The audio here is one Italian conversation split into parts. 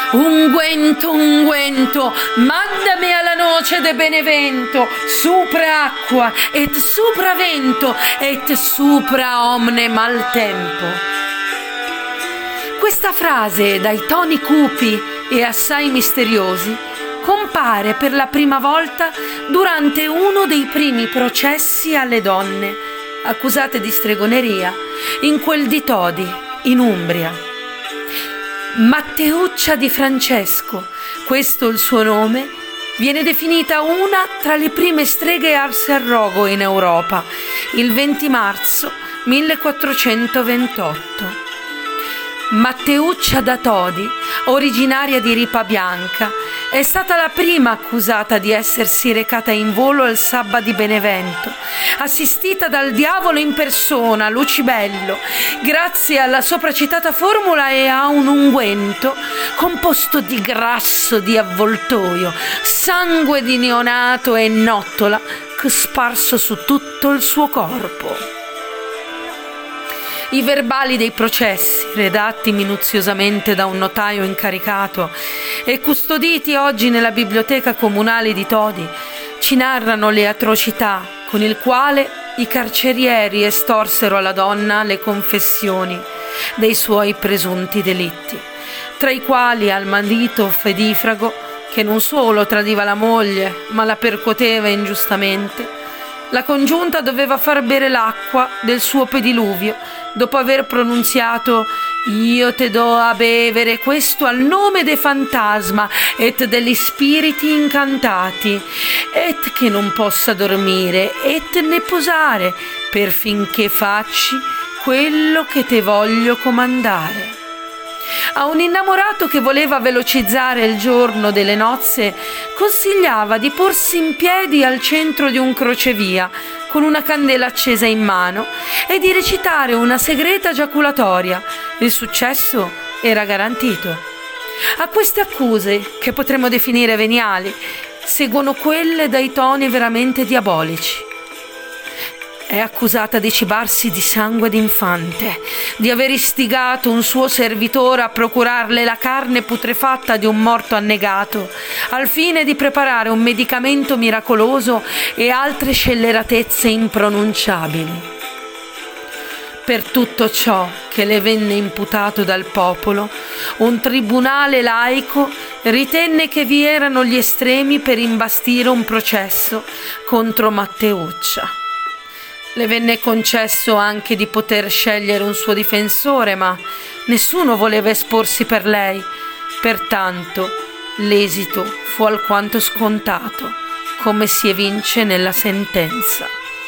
Unguento, unguento, mandami alla noce de benevento, supra acqua, et supra vento, et supra omne maltempo. Questa frase, dai toni cupi e assai misteriosi, compare per la prima volta durante uno dei primi processi alle donne accusate di stregoneria in quel di Todi, in Umbria. Matteuccia di Francesco, questo il suo nome, viene definita una tra le prime streghe arse al rogo in Europa, il 20 marzo 1428. Matteuccia da Todi, originaria di Ripa Bianca, è stata la prima accusata di essersi recata in volo al Sabba di Benevento, assistita dal diavolo in persona, Lucibello, grazie alla sopracitata formula e a un unguento composto di grasso di avvoltoio, sangue di neonato e nottola sparso su tutto il suo corpo. I verbali dei processi, redatti minuziosamente da un notaio incaricato e custoditi oggi nella biblioteca comunale di Todi, ci narrano le atrocità con il quale i carcerieri estorsero alla donna le confessioni dei suoi presunti delitti, tra i quali al marito fedifrago, che non solo tradiva la moglie, ma la percuoteva ingiustamente, la congiunta doveva far bere l'acqua del suo pediluvio dopo aver pronunziato «Io te do a bevere questo al nome de fantasma et degli spiriti incantati, et che non possa dormire et ne posare, per finché facci quello che te voglio comandare». A un innamorato che voleva velocizzare il giorno delle nozze consigliava di porsi in piedi al centro di un crocevia con una candela accesa in mano e di recitare una segreta giaculatoria. Il successo era garantito. A queste accuse, che potremmo definire veniali, seguono quelle dai toni veramente diabolici. È accusata di cibarsi di sangue d'infante, di aver istigato un suo servitore a procurarle la carne putrefatta di un morto annegato, al fine di preparare un medicamento miracoloso e altre scelleratezze impronunciabili. Per tutto ciò che le venne imputato dal popolo, un tribunale laico ritenne che vi erano gli estremi per imbastire un processo contro Matteuccia. Le venne concesso anche di poter scegliere un suo difensore, ma nessuno voleva esporsi per lei. Pertanto l'esito fu alquanto scontato, come si evince nella sentenza.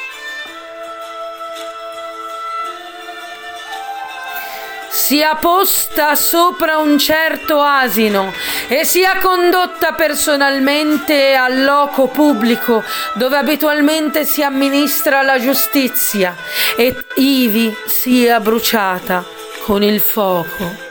Sia posta sopra un certo asino e sia condotta personalmente al loco pubblico dove abitualmente si amministra la giustizia, e ivi sia bruciata con il fuoco.